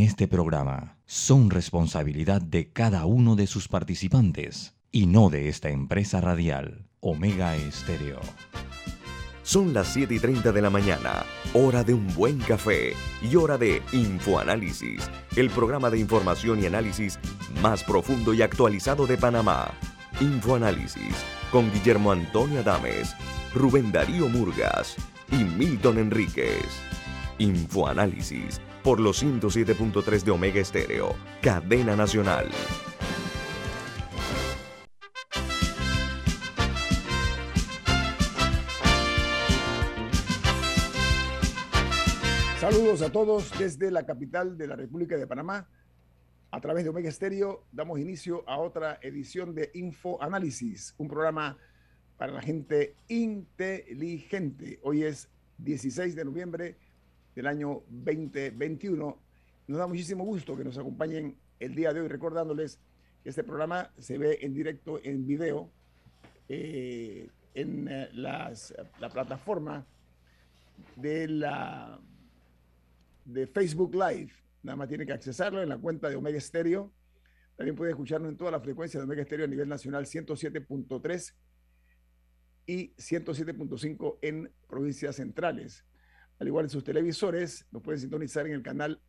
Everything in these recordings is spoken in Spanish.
este programa son responsabilidad de cada uno de sus participantes y no de esta empresa radial, Omega Estéreo. Son las 7:30 de la mañana, hora de un buen café y hora de Infoanálisis, el programa de información y análisis más profundo y actualizado de Panamá. Infoanálisis, con Guillermo Antonio Adames, Rubén Darío Murgas y Milton Enríquez. Infoanálisis, por los 107.3 de Omega Estéreo, cadena nacional. Saludos a todos desde la capital de la República de Panamá. A través de Omega Estéreo damos inicio a otra edición de Infoanálisis, un programa para la gente inteligente. Hoy es 16 de noviembre del año 2021. Nos da muchísimo gusto que nos acompañen el día de hoy, recordándoles que este programa se ve en directo, en video, en la plataforma de Facebook Live. Nada más tiene que accesarlo en la cuenta de Omega Estéreo. También puede escucharnos en toda la frecuencia de Omega Estéreo a nivel nacional, 107.3 y 107.5 en provincias centrales. Al igual en sus televisores, nos pueden sintonizar en el canal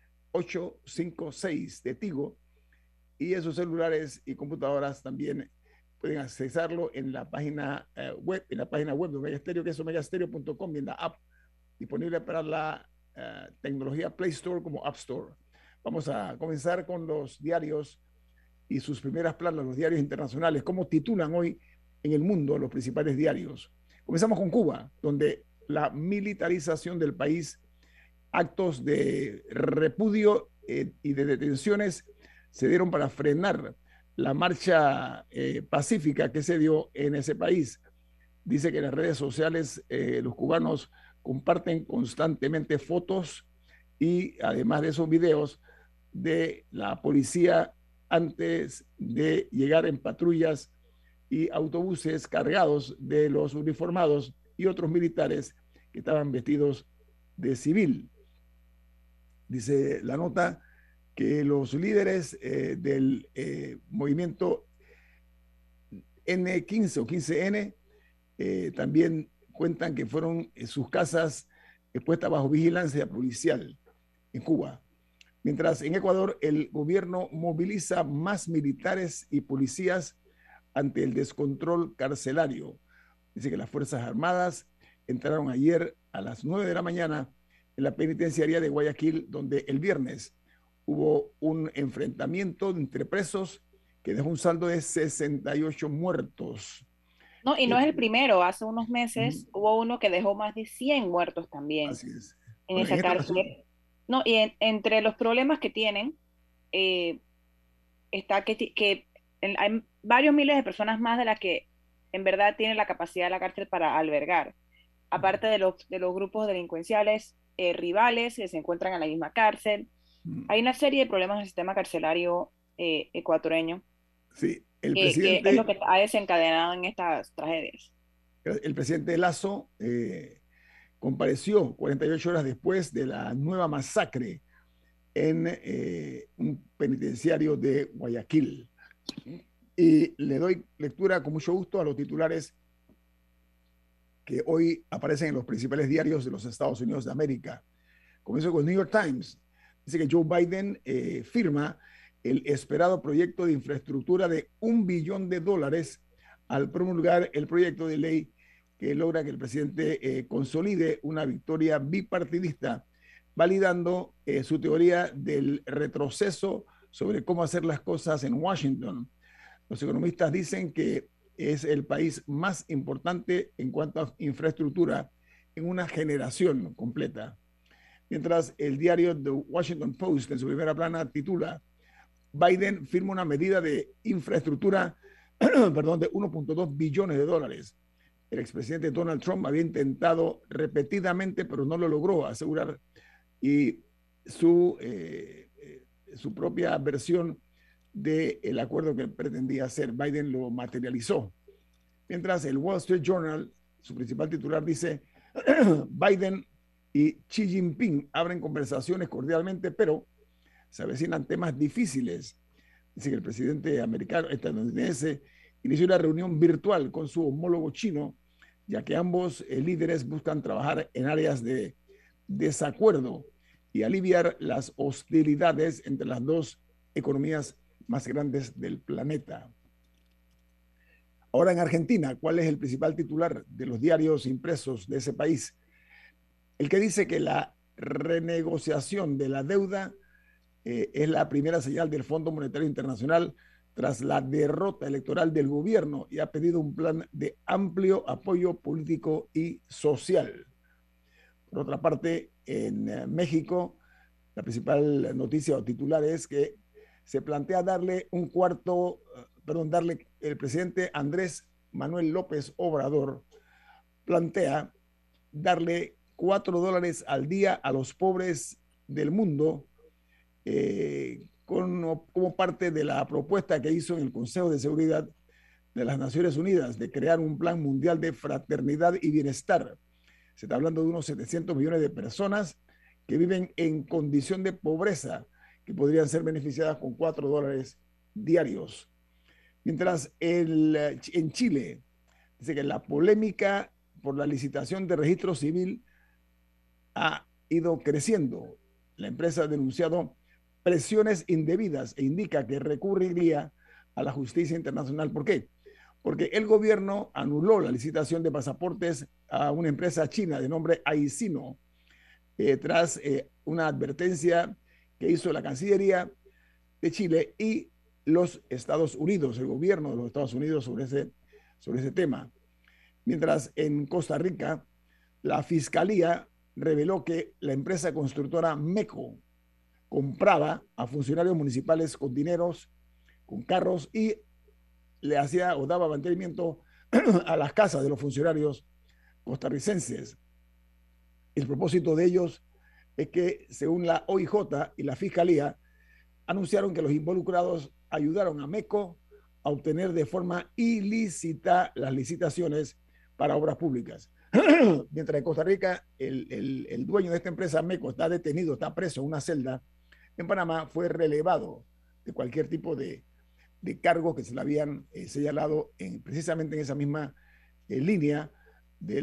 856 de Tigo, y en sus celulares y computadoras también pueden accesarlo en la página web, de Omega Estéreo, que es omegastereo.com, y en la app disponible para la tecnología Play Store como App Store. Vamos a comenzar con los diarios y sus primeras planas, los diarios internacionales, cómo titulan hoy en el mundo los principales diarios. Comenzamos con Cuba, donde la militarización del país, actos de repudio y de detenciones se dieron para frenar la marcha pacífica que se dio en ese país. Dice que en las redes sociales los cubanos comparten constantemente fotos y además de esos videos de la policía antes de llegar en patrullas y autobuses cargados de los uniformados y otros militares que estaban vestidos de civil. Dice la nota que los líderes del movimiento N15 o 15N también cuentan que fueron sus casas puestas bajo vigilancia policial en Cuba. Mientras en Ecuador el gobierno moviliza más militares y policías ante el descontrol carcelario. Dice que las Fuerzas Armadas entraron ayer a las 9 de la mañana en la penitenciaría de Guayaquil, donde el viernes hubo un enfrentamiento entre presos que dejó un saldo de 68 muertos. No, y no es el primero. Hace unos meses hubo uno que dejó más de 100 muertos también. Así es. En esa cárcel. No, y entre los problemas que tienen está que hay varios miles de personas más de las que en verdad tienen la capacidad de la cárcel para albergar. Aparte de los grupos delincuenciales rivales que se encuentran en la misma cárcel. Hay una serie de problemas en el sistema carcelario ecuatoriano. Sí, el presidente, que es lo que ha desencadenado en estas tragedias. El presidente Lasso compareció 48 horas después de la nueva masacre en un penitenciario de Guayaquil. Y le doy lectura con mucho gusto a los titulares que hoy aparecen en los principales diarios de los Estados Unidos de América. Comienzo con el New York Times. Dice que Joe Biden firma el esperado proyecto de infraestructura de $1 billón al promulgar el proyecto de ley que logra que el presidente consolide una victoria bipartidista, validando su teoría del retroceso sobre cómo hacer las cosas en Washington. Los economistas dicen que es el país más importante en cuanto a infraestructura en una generación completa. Mientras el diario The Washington Post en su primera plana titula: Biden firma una medida de infraestructura de $1.2 billones. El expresidente Donald Trump había intentado repetidamente, pero no lo logró asegurar, y su propia versión del acuerdo que pretendía hacer, Biden lo materializó. Mientras el Wall Street Journal, su principal titular, dice: Biden y Xi Jinping abren conversaciones cordialmente, pero se avecinan temas difíciles. Dice que el presidente estadounidense inició una reunión virtual con su homólogo chino, ya que ambos líderes buscan trabajar en áreas de desacuerdo y aliviar las hostilidades entre las dos economías más grandes del planeta. Ahora en Argentina, ¿cuál es el principal titular de los diarios impresos de ese país? El que dice que la renegociación de la deuda es la primera señal del Fondo Monetario Internacional tras la derrota electoral del gobierno y ha pedido un plan de amplio apoyo político y social. Por otra parte, en México, la principal noticia o titular es que se plantea darle el presidente Andrés Manuel López Obrador plantea darle $4 al día a los pobres del mundo como parte de la propuesta que hizo en el Consejo de Seguridad de las Naciones Unidas de crear un plan mundial de fraternidad y bienestar. Se está hablando de unos 700 millones de personas que viven en condición de pobreza, que podrían ser beneficiadas con $4 diarios. Mientras en Chile, dice que la polémica por la licitación de registro civil ha ido creciendo. La empresa ha denunciado presiones indebidas e indica que recurriría a la justicia internacional. ¿Por qué? Porque el gobierno anuló la licitación de pasaportes a una empresa china de nombre Aicino, tras una advertencia que hizo la Cancillería de Chile y los Estados Unidos, el gobierno de los Estados Unidos sobre ese tema. Mientras en Costa Rica, la Fiscalía reveló que la empresa constructora MECO compraba a funcionarios municipales con dineros, con carros y le hacía o daba mantenimiento a las casas de los funcionarios costarricenses. El propósito de ellos es que, según la OIJ y la Fiscalía, anunciaron que los involucrados ayudaron a MECO a obtener de forma ilícita las licitaciones para obras públicas. Mientras en Costa Rica, el dueño de esta empresa, MECO, está detenido, está preso en una celda. En Panamá fue relevado de cualquier tipo de cargos que se le habían señalado precisamente en esa misma línea de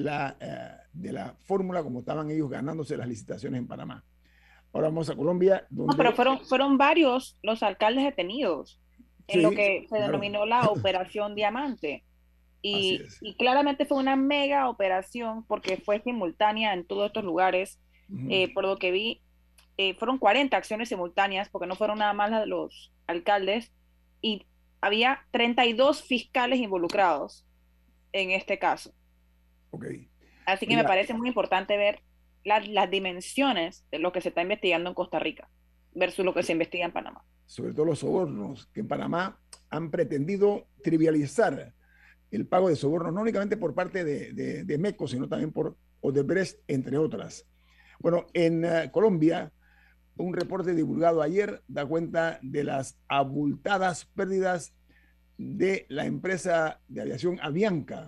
la fórmula como estaban ellos ganándose las licitaciones en Panamá. Ahora vamos a Colombia, donde... No, pero fueron varios los alcaldes detenidos en lo que se denominó la Operación Diamante. Y claramente fue una mega operación porque fue simultánea en todos estos lugares. Por lo que vi, fueron 40 acciones simultáneas, porque no fueron nada más las de los alcaldes, y había 32 fiscales involucrados en este caso. Okay. Así que me parece muy importante ver las dimensiones de lo que se está investigando en Costa Rica versus lo que se investiga en Panamá. Sobre todo los sobornos, que en Panamá han pretendido trivializar el pago de sobornos, no únicamente por parte de MECO, sino también por Odebrecht, entre otras. Bueno, en Colombia, un reporte divulgado ayer da cuenta de las abultadas pérdidas de la empresa de aviación Avianca.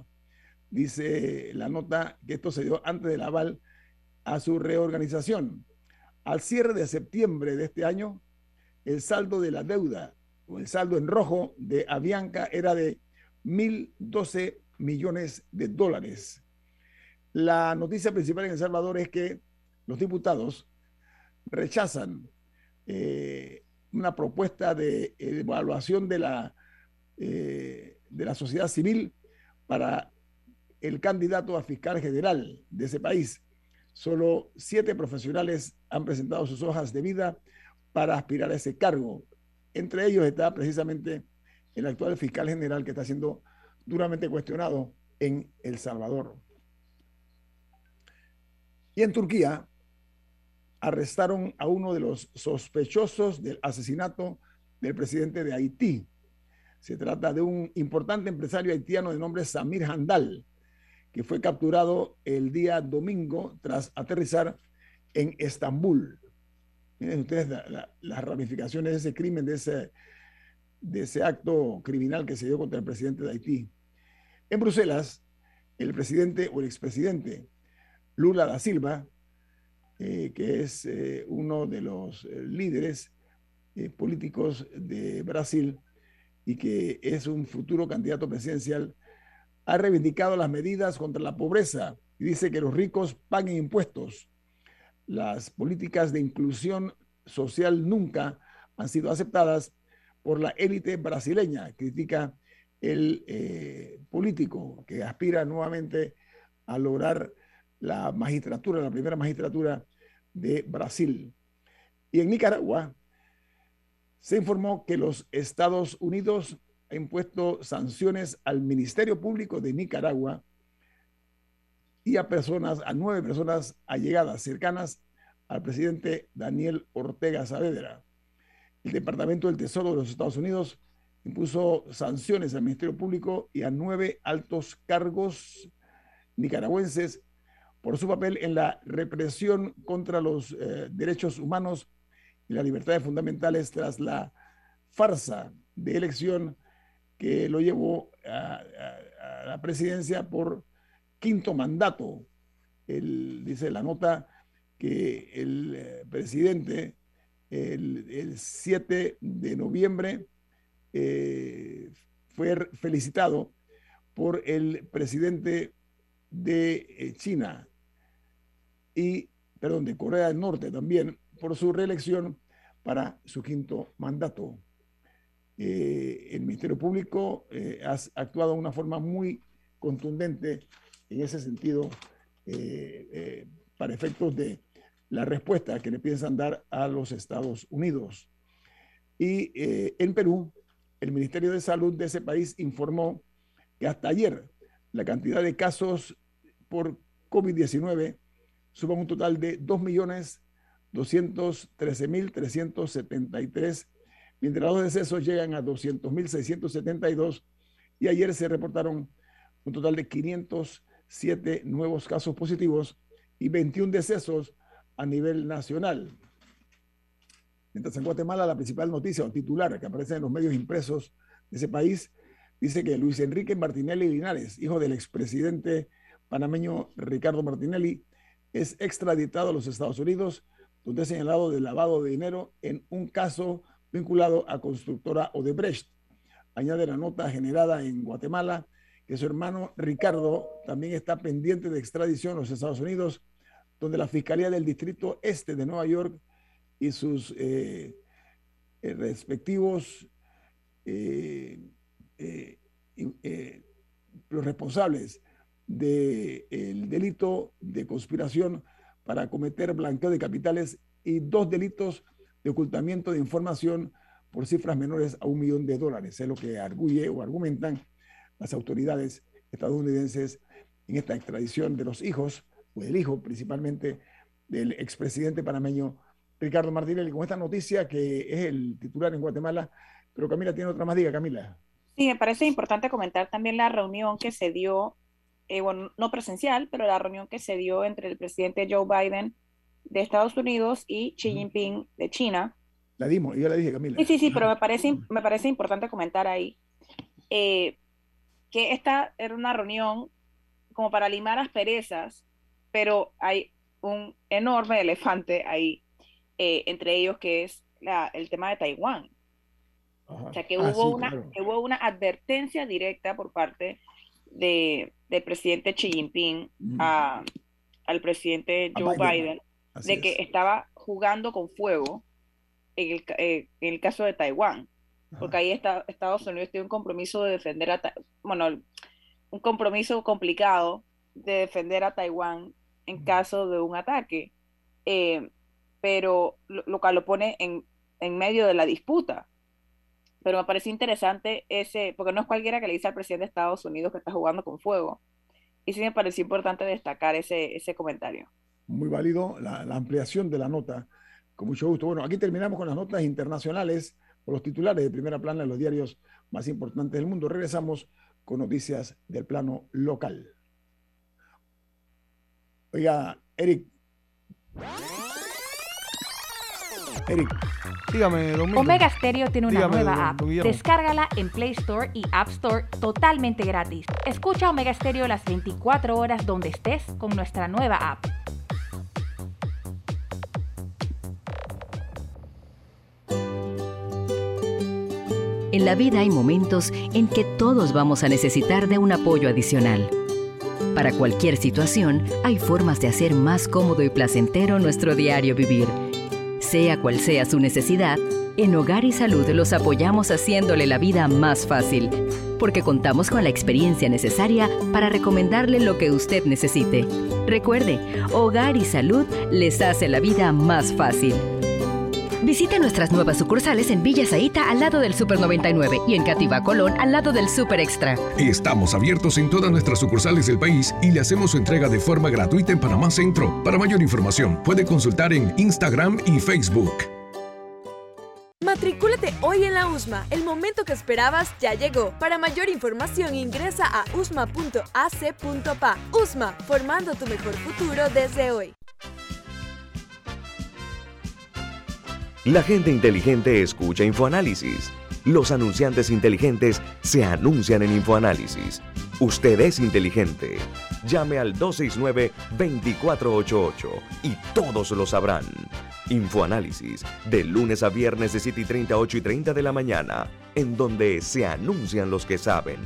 Dice la nota que esto se dio antes del aval a su reorganización. Al cierre de septiembre de este año, el saldo de la deuda o el saldo en rojo de Avianca era de $1.012 millones. La noticia principal en El Salvador es que los diputados rechazan una propuesta de evaluación de la sociedad civil para el candidato a fiscal general de ese país. Solo 7 profesionales han presentado sus hojas de vida para aspirar a ese cargo. Entre ellos está precisamente el actual fiscal general, que está siendo duramente cuestionado en El Salvador. Y en Turquía arrestaron a uno de los sospechosos del asesinato del presidente de Haití. Se trata de un importante empresario haitiano de nombre Samir Handal, que fue capturado el día domingo tras aterrizar en Estambul. Miren ustedes las ramificaciones de ese crimen, de ese acto criminal que se dio contra el presidente de Haití. En Bruselas, el presidente o el expresidente Lula da Silva, que es uno de los líderes políticos de Brasil y que es un futuro candidato presidencial, ha reivindicado las medidas contra la pobreza y dice que los ricos paguen impuestos. Las políticas de inclusión social nunca han sido aceptadas por la élite brasileña, critica el político que aspira nuevamente a lograr la magistratura, la primera magistratura de Brasil. Y en Nicaragua se informó que los Estados Unidos ha impuesto sanciones al Ministerio Público de Nicaragua y a 9 personas allegadas, cercanas al presidente Daniel Ortega Saavedra. El Departamento del Tesoro de los Estados Unidos impuso sanciones al Ministerio Público y a 9 altos cargos nicaragüenses por su papel en la represión contra los derechos humanos y las libertades fundamentales tras la farsa de elección que lo llevó a la presidencia por 5º mandato. Dice la nota que el presidente el 7 de noviembre fue felicitado por el presidente de China de Corea del Norte también, por su reelección para su 5º mandato. El Ministerio Público ha actuado de una forma muy contundente en ese sentido para efectos de la respuesta que le piensan dar a los Estados Unidos. Y en Perú, el Ministerio de Salud de ese país informó que hasta ayer la cantidad de casos por COVID-19 sube a un total de 2.213.373, mientras los decesos llegan a 200.672 y ayer se reportaron un total de 507 nuevos casos positivos y 21 decesos a nivel nacional. Mientras en Guatemala la principal noticia o titular que aparece en los medios impresos de ese país dice que Luis Enrique Martinelli Linares, hijo del expresidente panameño Ricardo Martinelli, es extraditado a los Estados Unidos, donde es señalado de lavado de dinero en un caso vinculado a constructora Odebrecht. Añade la nota generada en Guatemala que su hermano Ricardo también está pendiente de extradición a los Estados Unidos, donde la Fiscalía del Distrito Este de Nueva York y sus respectivos los responsables del delito de conspiración para cometer blanqueo de capitales y 2 delitos de ocultamiento de información por cifras menores a $1 millón. Es lo que argumentan las autoridades estadounidenses en esta extradición de los hijos, o del hijo principalmente, del expresidente panameño Ricardo Martinelli. Con esta noticia que es el titular en Guatemala, pero Camila tiene otra más. Diga, Camila. Sí, me parece importante comentar también la reunión que se dio, bueno, no presencial, pero la reunión que se dio entre el presidente Joe Biden de Estados Unidos y Xi Jinping de China. La dimos, yo la dije, Camila. Sí, pero me parece importante comentar ahí que esta era una reunión como para limar asperezas, pero hay un enorme elefante ahí, entre ellos que es el tema de Taiwán. Ajá. O sea, que hubo una advertencia directa por parte del presidente Xi Jinping al presidente Joe Biden de que estaba jugando con fuego en el caso de Taiwán. Ajá. Porque ahí Estados Unidos tiene un compromiso de defender un compromiso complicado de defender a Taiwán en caso de un ataque, pero lo cual lo pone en medio de la disputa. Pero me parece interesante porque no es cualquiera que le dice al presidente de Estados Unidos que está jugando con fuego. Y sí me pareció importante destacar ese comentario. Muy válido la ampliación de la nota, con mucho gusto. Bueno, aquí terminamos con las notas internacionales, con los titulares de primera plana de los diarios más importantes del mundo. Regresamos con noticias del plano local. Oiga, Eric, dígame, don Milton. Omega Stereo tiene una nueva app. Descárgala en Play Store y App Store totalmente gratis. Escucha Omega Stereo las 24 horas donde estés con nuestra nueva app. En la vida hay momentos en que todos vamos a necesitar de un apoyo adicional. Para cualquier situación, hay formas de hacer más cómodo y placentero nuestro diario vivir. Sea cual sea su necesidad, en Hogar y Salud los apoyamos haciéndole la vida más fácil, porque contamos con la experiencia necesaria para recomendarle lo que usted necesite. Recuerde, Hogar y Salud les hace la vida más fácil. Visite nuestras nuevas sucursales en Villa Zaita al lado del Super 99 y en Cativa Colón al lado del Super Extra. Estamos abiertos en todas nuestras sucursales del país y le hacemos su entrega de forma gratuita en Panamá Centro. Para mayor información, puede consultar en Instagram y Facebook. Matricúlate hoy en la USMA. El momento que esperabas ya llegó. Para mayor información ingresa a usma.ac.pa. USMA, formando tu mejor futuro desde hoy. La gente inteligente escucha InfoAnálisis. Los anunciantes inteligentes se anuncian en InfoAnálisis. Usted es inteligente. Llame al 269-2488 y todos lo sabrán. InfoAnálisis, de lunes a viernes de 7:30 a 8:30 de la mañana, en donde se anuncian los que saben.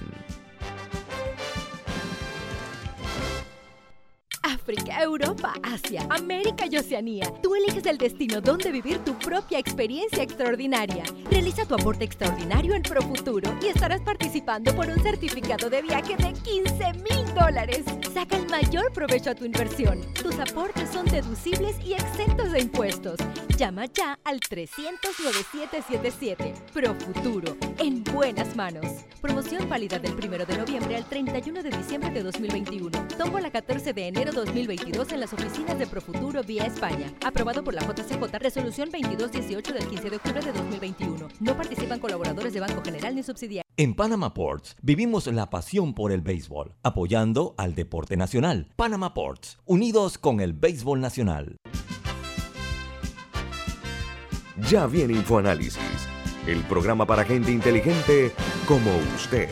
África, Europa, Asia, América y Oceanía. Tú eliges el destino donde vivir tu propia experiencia extraordinaria. Realiza tu aporte extraordinario en Profuturo y estarás participando por un certificado de viaje de $15,000. Saca el mayor provecho a tu inversión. Tus aportes son deducibles y exentos de impuestos. Llama ya al 300-9777. Profuturo, en buenas manos. Promoción válida del 1 de noviembre al 31 de diciembre de 2021. Tómbola 14 de enero 2022 en las oficinas de Profuturo vía España. Aprobado por la JCJ, resolución 2218 del 15 de octubre de 2021. No participan colaboradores de Banco General ni subsidiarios. En Panama Ports vivimos la pasión por el béisbol, apoyando al deporte nacional. Panama Ports, unidos con el béisbol nacional. Ya viene InfoAnálisis, el programa para gente inteligente como usted.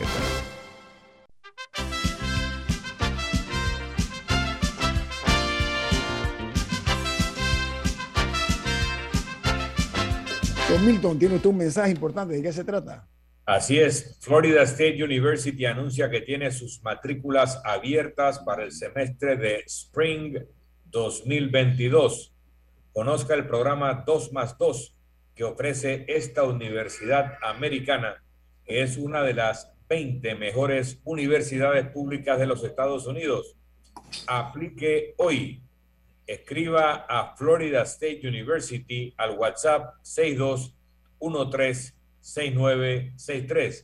Don Milton, tiene usted un mensaje importante. ¿De qué se trata? Así es, Florida State University anuncia que tiene sus matrículas abiertas para el semestre de Spring 2022. Conozca el programa 2+2 que ofrece esta universidad americana, que es una de las 20 mejores universidades públicas de los Estados Unidos. Aplique hoy. Escriba a Florida State University al WhatsApp 6213-6963,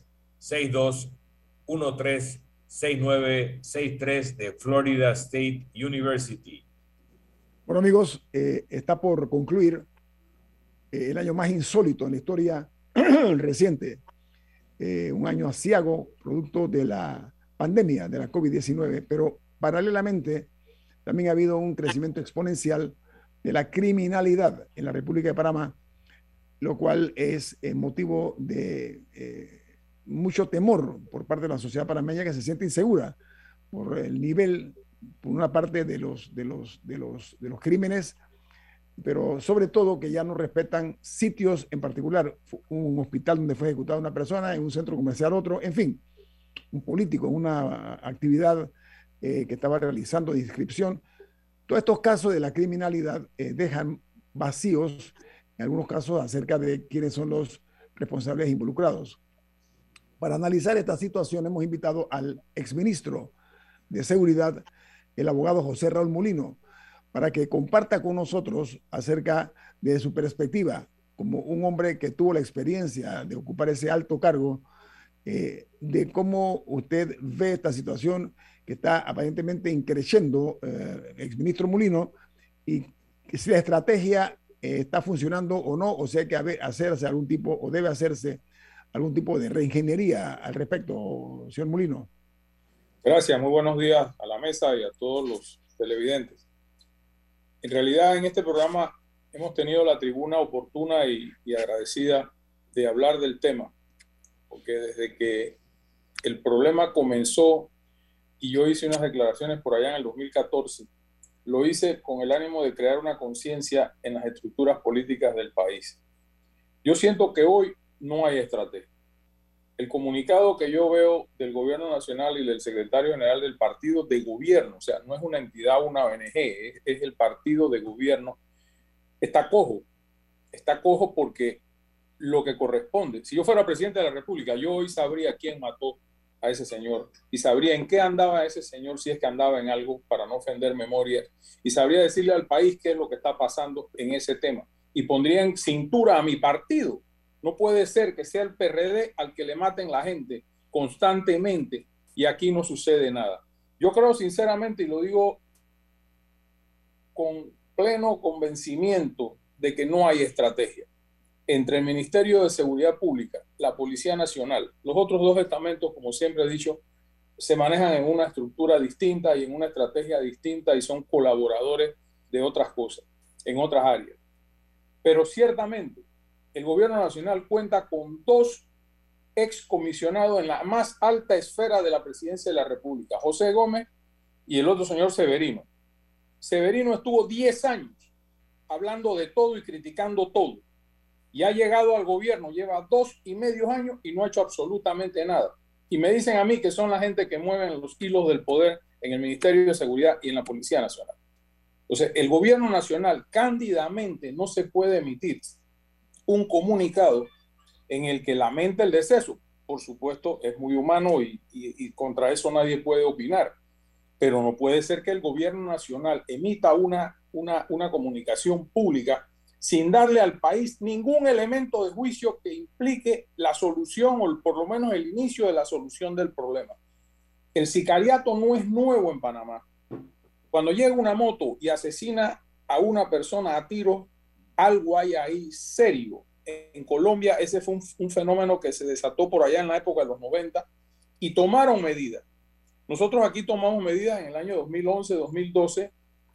6213-6963 de Florida State University. Bueno, amigos, está por concluir el año más insólito en la historia reciente, un año aciago, producto de la pandemia de la COVID-19, pero paralelamente también ha habido un crecimiento exponencial de la criminalidad en la República de Panamá, lo cual es motivo de mucho temor por parte de la sociedad panameña, que se siente insegura por el nivel, por una parte, de los crímenes, pero sobre todo que ya no respetan sitios en particular, un hospital donde fue ejecutada una persona, en un centro comercial otro, en fin, un político en una actividad que estaba realizando de inscripción. Todos estos casos de la criminalidad dejan vacíos, en algunos casos, acerca de quiénes son los responsables involucrados. Para analizar esta situación hemos invitado al exministro de Seguridad, el abogado José Raúl Molino, para que comparta con nosotros acerca de su perspectiva como un hombre que tuvo la experiencia de ocupar ese alto cargo, de cómo usted ve esta situación que está aparentemente increciendo, exministro Molino, y si la estrategia está funcionando o no, o si hay que hacerse algún tipo, o debe hacerse algún tipo de reingeniería al respecto, señor Molino. Gracias, muy buenos días a la mesa y a todos los televidentes. En realidad, en este programa hemos tenido la tribuna oportuna y agradecida de hablar del tema, porque desde que el problema comenzó y yo hice unas declaraciones por allá en el 2014, lo hice con el ánimo de crear una conciencia en las estructuras políticas del país. Yo siento que hoy no hay estrategia. El comunicado que yo veo del gobierno nacional y del secretario general del partido de gobierno, o sea, no es una entidad, una ONG, es el partido de gobierno, está cojo. Está cojo porque lo que corresponde, si yo fuera presidente de la República, yo hoy sabría quién mató a ese señor y sabría en qué andaba ese señor, si es que andaba en algo, para no ofender memoria, y sabría decirle al país qué es lo que está pasando en ese tema. Y pondría en cintura a mi partido. No puede ser que sea el PRD al que le maten la gente constantemente y aquí no sucede nada. Yo creo sinceramente, y lo digo con pleno convencimiento, de que no hay estrategia entre el Ministerio de Seguridad Pública, la Policía Nacional. Los otros dos estamentos, como siempre he dicho, se manejan en una estructura distinta y en una estrategia distinta y son colaboradores de otras cosas, en otras áreas. Pero ciertamente, el gobierno nacional cuenta con dos excomisionados en la más alta esfera de la presidencia de la República, José Gómez y el otro señor Severino. Severino estuvo 10 años hablando de todo y criticando todo. Y ha llegado al gobierno, lleva 2,5 años y no ha hecho absolutamente nada. Y me dicen a mí que son la gente que mueven los hilos del poder en el Ministerio de Seguridad y en la Policía Nacional. Entonces, el gobierno nacional cándidamente no se puede emitir un comunicado en el que lamenta el deceso. Por supuesto, es muy humano y contra eso nadie puede opinar. Pero no puede ser que el gobierno nacional emita una comunicación pública sin darle al país ningún elemento de juicio que implique la solución o por lo menos el inicio de la solución del problema. El sicariato no es nuevo en Panamá. Cuando llega una moto y asesina a una persona a tiro, algo hay ahí serio. En Colombia ese fue un fenómeno que se desató por allá en la época de los 90 y tomaron medidas. Nosotros aquí tomamos medidas en el año 2011, 2012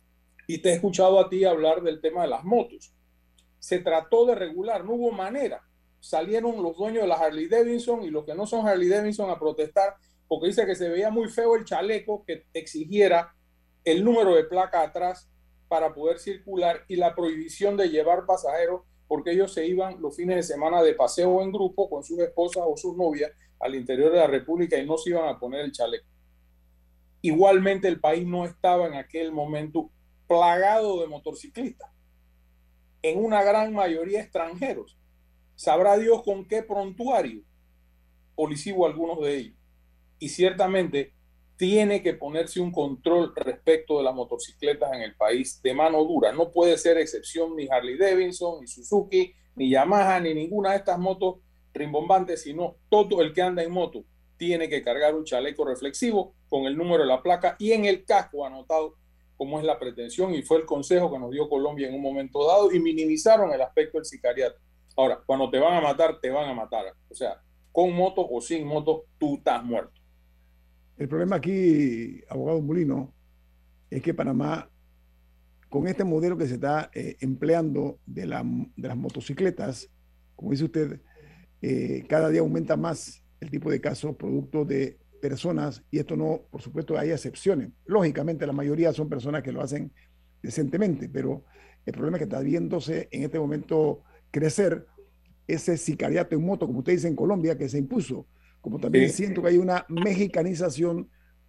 y te he escuchado a ti hablar del tema de las motos. Se trató de regular, no hubo manera. Salieron los dueños de las Harley Davidson y los que no son Harley Davidson a protestar porque dice que se veía muy feo el chaleco que exigiera el número de placa atrás para poder circular y la prohibición de llevar pasajeros porque ellos se iban los fines de semana de paseo en grupo con sus esposas o sus novias al interior de la República y no se iban a poner el chaleco. Igualmente el país no estaba en aquel momento plagado de motociclistas, en una gran mayoría extranjeros. Sabrá Dios con qué prontuario policivo algunos de ellos. Y ciertamente tiene que ponerse un control respecto de las motocicletas en el país de mano dura. No puede ser excepción ni Harley Davidson, ni Suzuki, ni Yamaha, ni ninguna de estas motos rimbombantes, sino todo el que anda en moto tiene que cargar un chaleco reflexivo con el número de la placa y en el casco anotado como es la pretensión y fue el consejo que nos dio Colombia en un momento dado y minimizaron el aspecto del sicariato. Ahora, cuando te van a matar, te van a matar. O sea, con moto o sin moto, tú estás muerto. El problema aquí, abogado Molino, es que Panamá, con este modelo que se está empleando de las motocicletas, como dice usted, cada día aumenta más el tipo de casos producto de personas, y esto no, por supuesto, hay excepciones. Lógicamente, la mayoría son personas que lo hacen decentemente, pero el problema es que está viéndose en este momento crecer ese sicariato en moto, como usted dice en Colombia, que se impuso. Como también siento que hay una mexicanización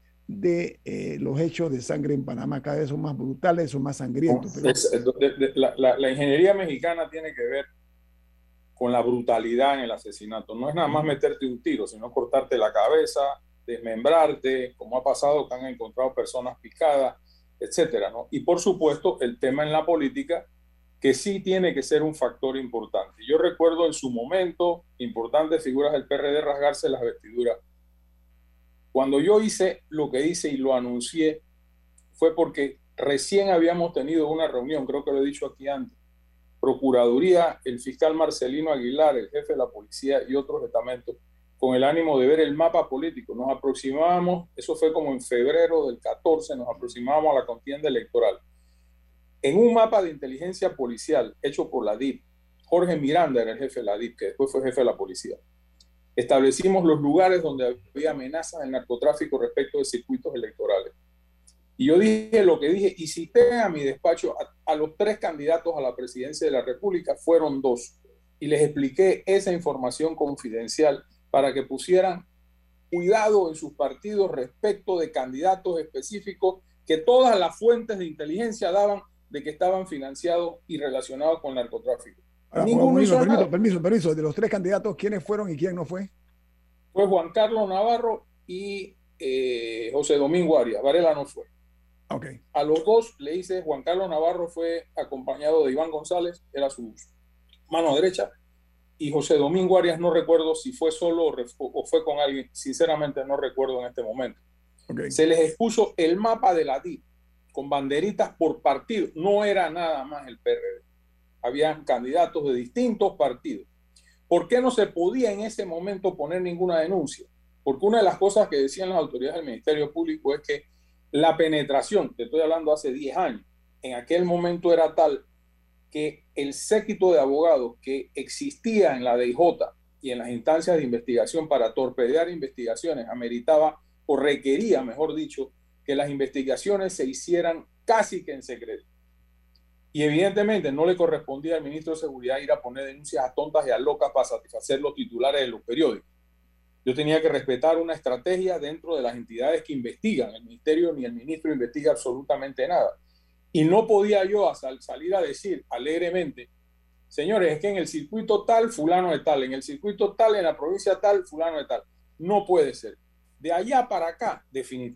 de los hechos de sangre en Panamá. Cada vez son más brutales, son más sangrientos. Pero... La ingeniería mexicana tiene que ver con la brutalidad en el asesinato. No es nada más meterte un tiro, sino cortarte la cabeza, desmembrarte, como ha pasado que han encontrado personas picadas, etcétera, ¿no? Y por supuesto el tema en la política, que sí tiene que ser un factor importante. Yo recuerdo en su momento importantes figuras del PRD rasgarse las vestiduras. Cuando yo hice lo que hice y lo anuncié, fue porque recién habíamos tenido una reunión, creo que lo he dicho aquí antes, Procuraduría, el fiscal Marcelino Aguilar, el jefe de la policía y otros estamentos, con el ánimo de ver el mapa político. Nos aproximábamos, eso fue como en febrero del 14, nos aproximábamos a la contienda electoral. En un mapa de inteligencia policial hecho por la DIP, Jorge Miranda era el jefe de la DIP, que después fue jefe de la policía. Establecimos los lugares donde había amenazas del narcotráfico respecto de circuitos electorales. Y yo dije lo que dije y cité a mi despacho a los 3 candidatos a la presidencia de la República, fueron 2. Y les expliqué esa información confidencial para que pusieran cuidado en sus partidos respecto de candidatos específicos que todas las fuentes de inteligencia daban de que estaban financiados y relacionados con narcotráfico. Ahora, permiso. De los 3 candidatos, ¿quiénes fueron y quién no fue? Fue Juan Carlos Navarro y José Domingo Arias. Varela no fue. Okay. A los 2 le hice, Juan Carlos Navarro fue acompañado de Iván González, era su mano derecha, y José Domingo Arias no recuerdo si fue solo o fue con alguien, sinceramente no recuerdo en este momento. Okay. Se les expuso el mapa de la DIC con banderitas por partido, no era nada más el PRD, habían candidatos de distintos partidos. ¿Por qué no se podía en ese momento poner ninguna denuncia? Porque una de las cosas que decían las autoridades del Ministerio Público es que la penetración, te estoy hablando hace 10 años, en aquel momento era tal que el séquito de abogados que existía en la DIJ y en las instancias de investigación para torpedear investigaciones ameritaba o requería, mejor dicho, que las investigaciones se hicieran casi que en secreto. Y evidentemente no le correspondía al ministro de Seguridad ir a poner denuncias a tontas y a locas para satisfacer los titulares de los periódicos. Yo tenía que respetar una estrategia dentro de las entidades que investigan. El ministerio ni el ministro investiga absolutamente nada. Y no podía yo salir a decir alegremente, señores, es que en el circuito tal, fulano de tal, en el circuito tal, en la provincia tal, fulano de tal. No puede ser. De allá para acá,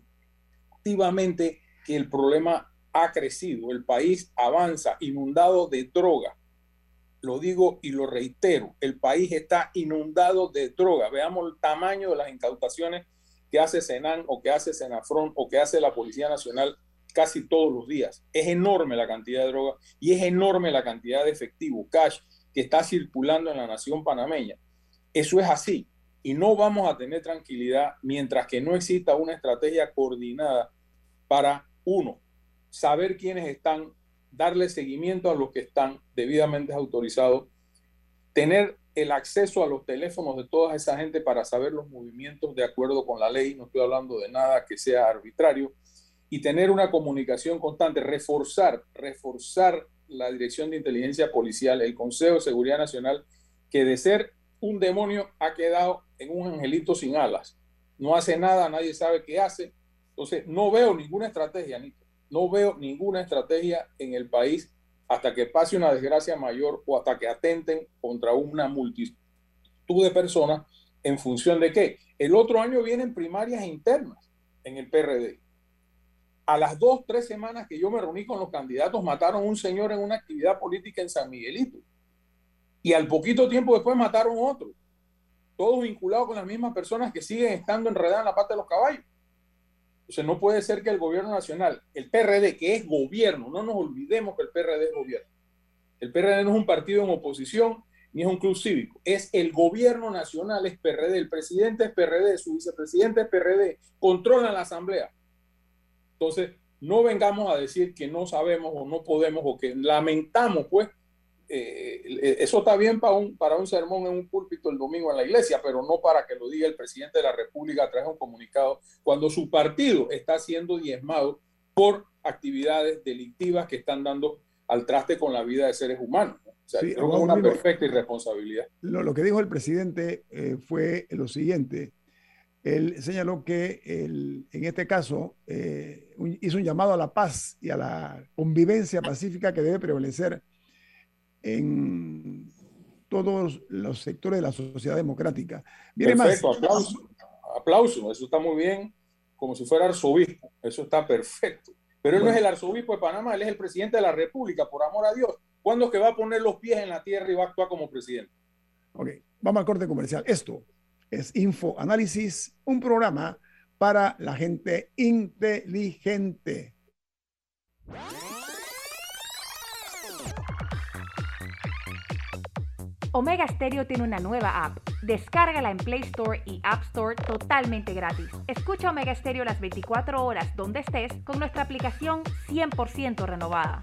definitivamente que el problema ha crecido. El país avanza inundado de droga. Lo digo y lo reitero, el país está inundado de droga. Veamos el tamaño de las incautaciones que hace Senan o que hace Senafrón o que hace la Policía Nacional casi todos los días. Es enorme la cantidad de droga y es enorme la cantidad de efectivo, cash, que está circulando en la nación panameña. Eso es así y no vamos a tener tranquilidad mientras que no exista una estrategia coordinada para, uno, saber quiénes están, darle seguimiento a los que están debidamente autorizados, tener el acceso a los teléfonos de toda esa gente para saber los movimientos de acuerdo con la ley, no estoy hablando de nada que sea arbitrario, y tener una comunicación constante, reforzar la Dirección de Inteligencia Policial, el Consejo de Seguridad Nacional, que de ser un demonio ha quedado en un angelito sin alas. No hace nada, nadie sabe qué hace. Entonces, no veo ninguna estrategia, Anita. No veo ninguna estrategia en el país hasta que pase una desgracia mayor o hasta que atenten contra una multitud de personas en función de qué. El otro año vienen primarias internas en el PRD. A las 2-3 semanas que yo me reuní con los candidatos, mataron a un señor en una actividad política en San Miguelito. Y al poquito tiempo después mataron otro. Todos vinculados con las mismas personas que siguen estando enredadas en la pata de los caballos. Entonces no puede ser que el gobierno nacional, el PRD, que es gobierno, no nos olvidemos que el PRD es gobierno. El PRD no es un partido en oposición ni es un club cívico. Es el gobierno nacional, es PRD, el presidente es PRD, su vicepresidente es PRD, controlan la asamblea. Entonces no vengamos a decir que no sabemos o no podemos o que lamentamos, pues, eso está bien para un sermón en un púlpito el domingo en la iglesia, pero no para que lo diga el presidente de la República a través de un comunicado cuando su partido está siendo diezmado por actividades delictivas que están dando al traste con la vida de seres humanos, ¿no? O sea, sí, creo que es una perfecta irresponsabilidad. Lo que dijo el presidente fue lo siguiente. Él señaló que en este caso hizo un llamado a la paz y a la convivencia pacífica que debe prevalecer en todos los sectores de la sociedad democrática. Perfecto, aplauso, eso está muy bien, como si fuera arzobispo, eso está perfecto. Pero él no es el arzobispo de Panamá, él es el presidente de la República, por amor a Dios. ¿Cuándo es que va a poner los pies en la tierra y va a actuar como presidente? Ok, vamos al corte comercial. Esto es Info Análisis, un programa para la gente inteligente. Omega Stereo tiene una nueva app. Descárgala en Play Store y App Store totalmente gratis. Escucha Omega Stereo las 24 horas donde estés con nuestra aplicación 100% renovada.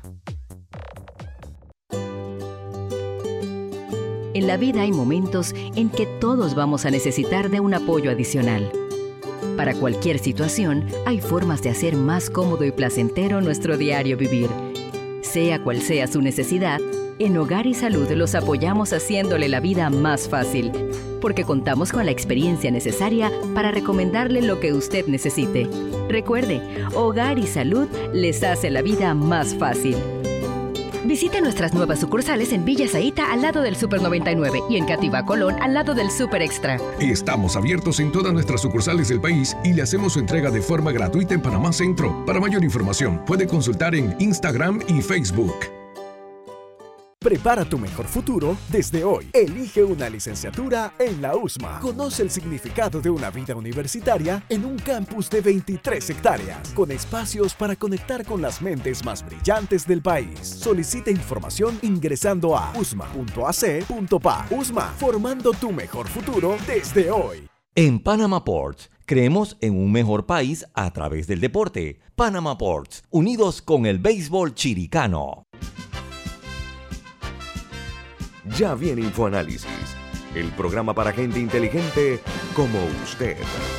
En la vida hay momentos en que todos vamos a necesitar de un apoyo adicional. Para cualquier situación, hay formas de hacer más cómodo y placentero nuestro diario vivir. Sea cual sea su necesidad, en Hogar y Salud los apoyamos haciéndole la vida más fácil. porque contamos con la experiencia necesaria para recomendarle lo que usted necesite. Recuerde, Hogar y Salud les hace la vida más fácil. Visite nuestras nuevas sucursales en Villa Zaita al lado del Super 99 y en Cativa Colón al lado del Super Extra. Estamos abiertos en todas nuestras sucursales del país y le hacemos su entrega de forma gratuita en Panamá Centro. Para mayor información, puede consultar en Instagram y Facebook. Prepara tu mejor futuro desde hoy. Elige una licenciatura en la USMA. Conoce el significado de una vida universitaria en un campus de 23 hectáreas, con espacios para conectar con las mentes más brillantes del país. Solicita información ingresando a usma.ac.pa. USMA, formando tu mejor futuro desde hoy. En Panama Ports, creemos en un mejor país a través del deporte. Panama Ports, unidos con el béisbol chiricano. Ya viene InfoAnálisis, el programa para gente inteligente como usted.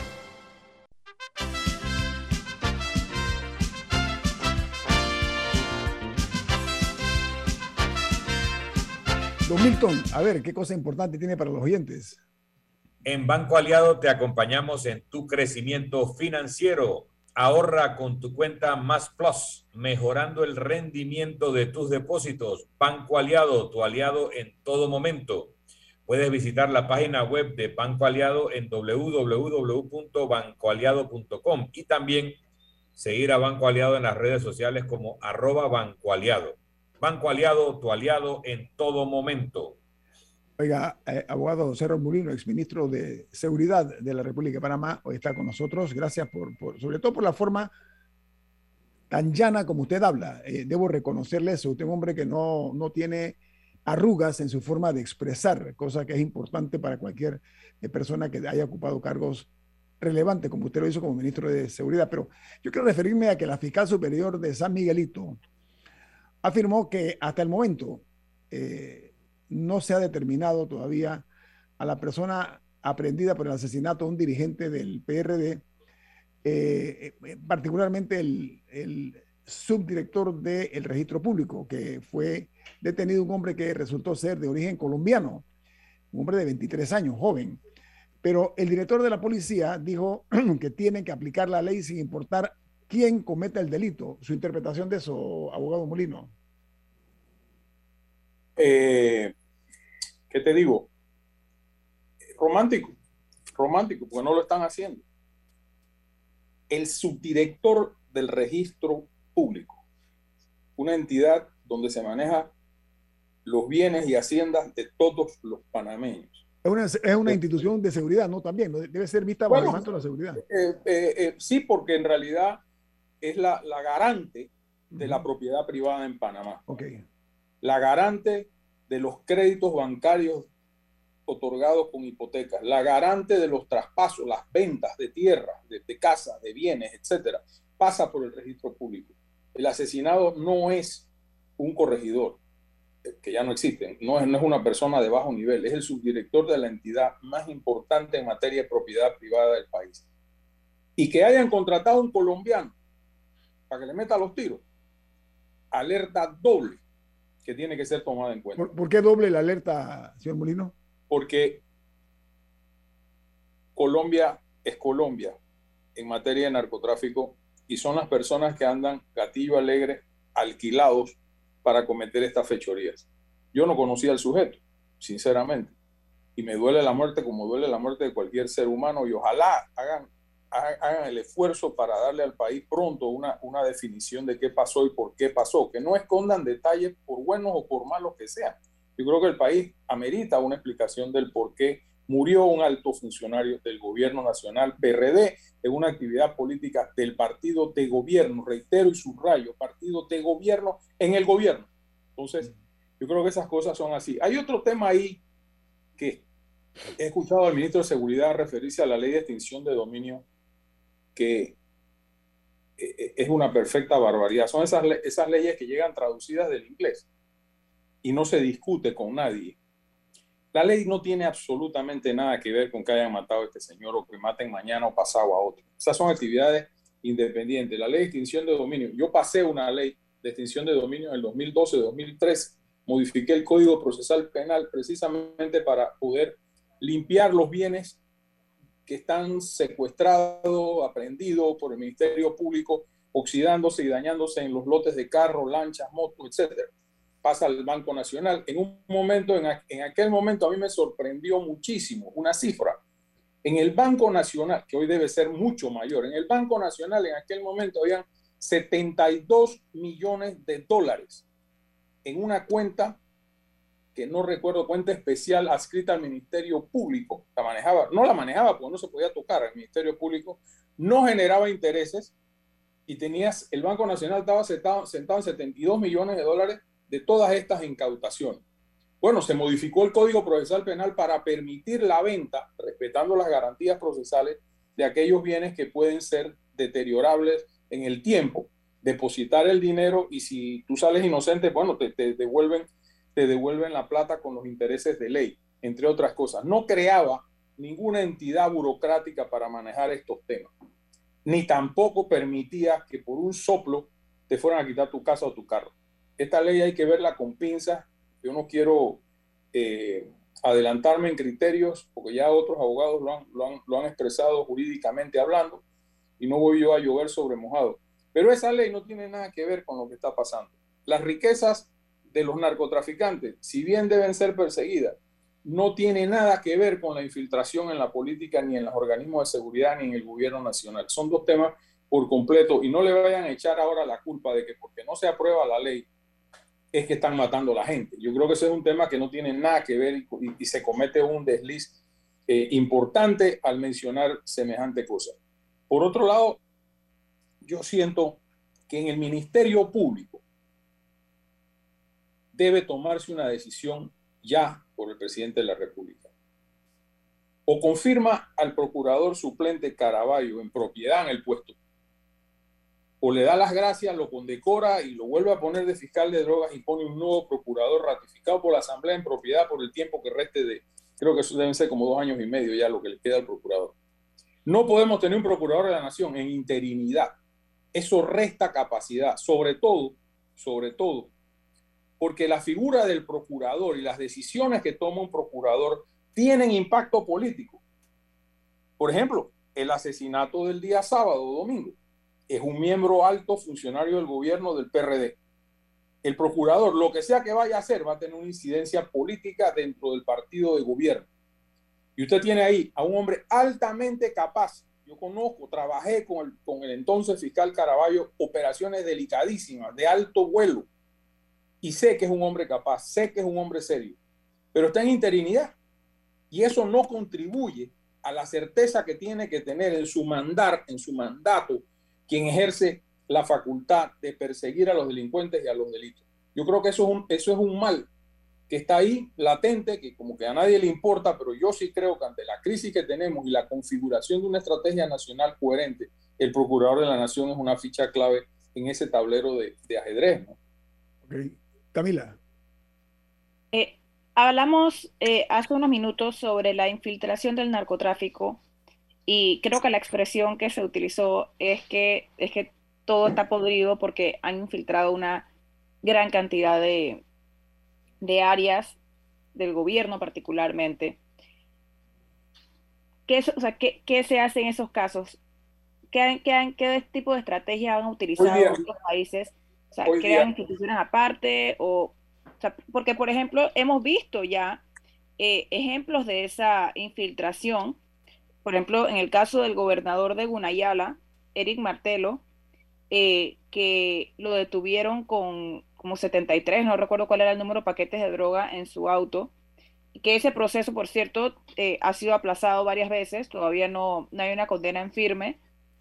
Don Milton, a ver, ¿qué cosa importante tiene para los oyentes? En Banco Aliado te acompañamos en tu crecimiento financiero. Ahorra con tu cuenta Más Plus, mejorando el rendimiento de tus depósitos. Banco Aliado, tu aliado en todo momento. Puedes visitar la página web de Banco Aliado en www.bancoaliado.com y también seguir a Banco Aliado en las redes sociales como @Banco Aliado. Banco Aliado, tu aliado en todo momento. Oiga, abogado José Romulino, exministro de Seguridad de la República de Panamá, hoy está con nosotros. Gracias sobre todo por la forma tan llana como usted habla. Debo reconocerle eso. Usted es un hombre que no tiene arrugas en su forma de expresar, cosa que es importante para cualquier persona que haya ocupado cargos relevantes, como usted lo hizo como ministro de Seguridad. Pero yo quiero referirme a que la fiscal superior de San Miguelito afirmó que hasta el momento no se ha determinado todavía a la persona aprehendida por el asesinato de un dirigente del PRD, particularmente el subdirector del registro público, que fue detenido, un hombre que resultó ser de origen colombiano, un hombre de 23 años, joven. Pero el director de la policía dijo que tienen que aplicar la ley sin importar quién cometa el delito. ¿Su interpretación de eso, abogado Molino? ¿Qué te digo? Romántico, porque no lo están haciendo. El subdirector del registro público, una entidad donde se maneja los bienes y haciendas de todos los panameños. Es una institución de seguridad, ¿no? También, ¿no? Debe ser vista bajo el manto de la seguridad. Sí, porque en realidad es la garante de la propiedad privada en Panamá. Okay. La garante de los créditos bancarios otorgados con hipotecas, la garante de los traspasos, las ventas de tierra, de casas, de bienes, etcétera, pasa por el registro público. El asesinado no es un corregidor, que ya no existe, no es una persona de bajo nivel, es el subdirector de la entidad más importante en materia de propiedad privada del país. Y que hayan contratado a un colombiano para que le meta los tiros, alerta doble que tiene que ser tomada en cuenta. ¿Por qué doble la alerta, señor Molino? Porque Colombia es Colombia en materia de narcotráfico y son las personas que andan gatillo alegre, alquilados para cometer estas fechorías. Yo no conocía al sujeto, sinceramente, y me duele la muerte como duele la muerte de cualquier ser humano, y ojalá hagan el esfuerzo para darle al país pronto una definición de qué pasó y por qué pasó, que no escondan detalles por buenos o por malos que sean. Yo creo que el país amerita una explicación del por qué murió un alto funcionario del gobierno nacional PRD en una actividad política del partido de gobierno, reitero y subrayo, partido de gobierno en el gobierno. Entonces, yo creo que esas cosas son así. Hay otro tema ahí que he escuchado al ministro de Seguridad referirse a la ley de extinción de dominio, que es una perfecta barbaridad. Son esas leyes que llegan traducidas del inglés y no se discute con nadie. La ley no tiene absolutamente nada que ver con que hayan matado a este señor o que maten mañana o pasado a otro. Esas son actividades independientes. La ley de extinción de dominio, yo pasé una ley de extinción de dominio en el 2012-2013, modifiqué el Código Procesal Penal precisamente para poder limpiar los bienes que están secuestrados, aprehendidos por el Ministerio Público, oxidándose y dañándose en los lotes de carros, lanchas, motos, etc. Pasa al Banco Nacional. En un momento, en aquel momento a mí me sorprendió muchísimo una cifra. En el Banco Nacional, que hoy debe ser mucho mayor, en el Banco Nacional en aquel momento habían 72 millones de dólares en una cuenta que no recuerdo, cuenta especial adscrita al Ministerio Público. No la manejaba porque no se podía tocar al Ministerio Público, no generaba intereses y el Banco Nacional estaba sentado en 72 millones de dólares de todas estas incautaciones. Bueno, se modificó el Código Procesal Penal para permitir la venta, respetando las garantías procesales, de aquellos bienes que pueden ser deteriorables en el tiempo, depositar el dinero y si tú sales inocente, bueno, te devuelven la plata con los intereses de ley, entre otras cosas. No creaba ninguna entidad burocrática para manejar estos temas, ni tampoco permitía que por un soplo te fueran a quitar tu casa o tu carro. Esta ley hay que verla con pinzas. Yo no quiero adelantarme en criterios, porque ya otros abogados lo han expresado jurídicamente hablando, y no voy yo a llover sobre mojado. Pero esa ley no tiene nada que ver con lo que está pasando. Las riquezas de los narcotraficantes, si bien deben ser perseguidas, no tiene nada que ver con la infiltración en la política, ni en los organismos de seguridad, ni en el gobierno nacional. Son dos temas por completo, y no le vayan a echar ahora la culpa de que porque no se aprueba la ley es que están matando a la gente. Yo creo que ese es un tema que no tiene nada que ver y se comete un desliz importante al mencionar semejante cosa. Por otro lado, yo siento que en el Ministerio Público debe tomarse una decisión ya por el presidente de la República. O confirma al procurador suplente Caraballo en propiedad en el puesto, o le da las gracias, lo condecora y lo vuelve a poner de fiscal de drogas y pone un nuevo procurador ratificado por la Asamblea en propiedad por el tiempo que reste creo que eso deben ser como 2 años y medio ya lo que le queda al procurador. No podemos tener un procurador de la nación en interinidad. Eso resta capacidad, sobre todo, porque la figura del procurador y las decisiones que toma un procurador tienen impacto político. Por ejemplo, el asesinato del día sábado o domingo es un miembro alto funcionario del gobierno del PRD. El procurador, lo que sea que vaya a hacer, va a tener una incidencia política dentro del partido de gobierno. Y usted tiene ahí a un hombre altamente capaz. Yo conozco, trabajé con el entonces fiscal Caraballo, operaciones delicadísimas, de alto vuelo. Y sé que es un hombre capaz, sé que es un hombre serio. Pero está en interinidad. Y eso no contribuye a la certeza que tiene que tener en su mandato, quien ejerce la facultad de perseguir a los delincuentes y a los delitos. Yo creo que eso es un mal que está ahí latente, que como que a nadie le importa, pero yo sí creo que ante la crisis que tenemos y la configuración de una estrategia nacional coherente, el Procurador de la Nación es una ficha clave en ese tablero de ajedrez, ¿no? Okay. Camila. Hablamos hace unos minutos sobre la infiltración del narcotráfico. Y creo que la expresión que se utilizó es que todo está podrido porque han infiltrado una gran cantidad de áreas del gobierno particularmente. ¿Qué se hace en esos casos? ¿Qué tipo de estrategia han utilizado otros países? O sea, ¿crean instituciones aparte? Porque, por ejemplo, hemos visto ya ejemplos de esa infiltración. Por ejemplo, en el caso del gobernador de Gunayala, Eric Martelo, que lo detuvieron con como 73, no recuerdo cuál era el número de paquetes de droga en su auto, que ese proceso, por cierto, ha sido aplazado varias veces, todavía no hay una condena en firme,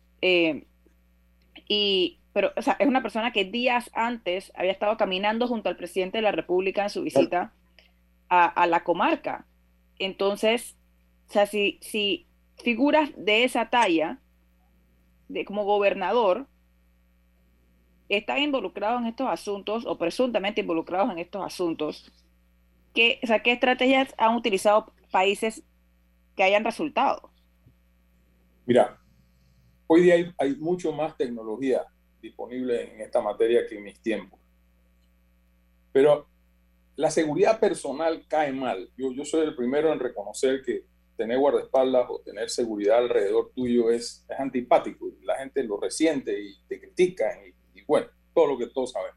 pero o sea, es una persona que días antes había estado caminando junto al presidente de la República en su visita a la comarca. Entonces, o sea, si figuras de esa talla, como gobernador, están involucrados en estos asuntos o presuntamente involucrados en estos asuntos, ¿qué estrategias han utilizado países que hayan resultado? Mira, hoy día hay mucho más tecnología disponible en esta materia que en mis tiempos. Pero la seguridad personal cae mal. Yo soy el primero en reconocer que tener guardaespaldas o tener seguridad alrededor tuyo es antipático. La gente lo resiente y te critican y bueno, todo lo que todos sabemos.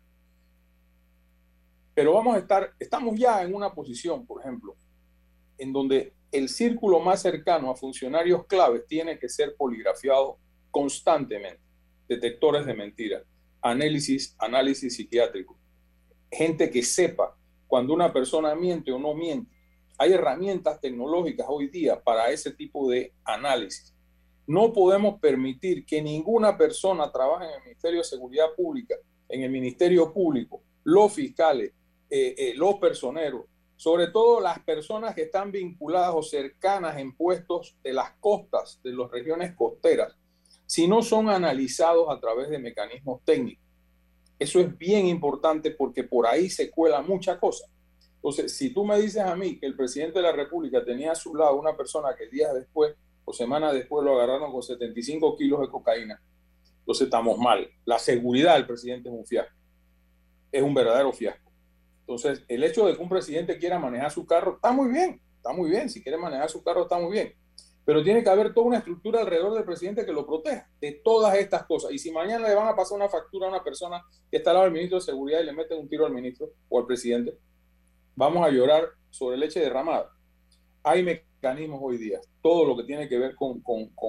Pero estamos ya en una posición, por ejemplo, en donde el círculo más cercano a funcionarios claves tiene que ser poligrafiado constantemente. Detectores de mentiras, análisis psiquiátrico, gente que sepa cuando una persona miente o no miente. Hay herramientas tecnológicas hoy día para ese tipo de análisis. No podemos permitir que ninguna persona trabaje en el Ministerio de Seguridad Pública, en el Ministerio Público, los fiscales, los personeros, sobre todo las personas que están vinculadas o cercanas en puestos de las costas, de las regiones costeras, si no son analizados a través de mecanismos técnicos. Eso es bien importante porque por ahí se cuela mucha cosa. Entonces, si tú me dices a mí que el presidente de la República tenía a su lado una persona que días después o semanas después lo agarraron con 75 kilos de cocaína, entonces estamos mal. La seguridad del presidente es un fiasco. Es un verdadero fiasco. Entonces, el hecho de que un presidente quiera manejar su carro está muy bien. Está muy bien. Si quiere manejar su carro está muy bien. Pero tiene que haber toda una estructura alrededor del presidente que lo proteja de todas estas cosas. Y si mañana le van a pasar una factura a una persona que está al lado del ministro de Seguridad y le meten un tiro al ministro o al presidente, vamos a llorar sobre leche derramada. Hay mecanismos hoy día. Todo lo que tiene que ver con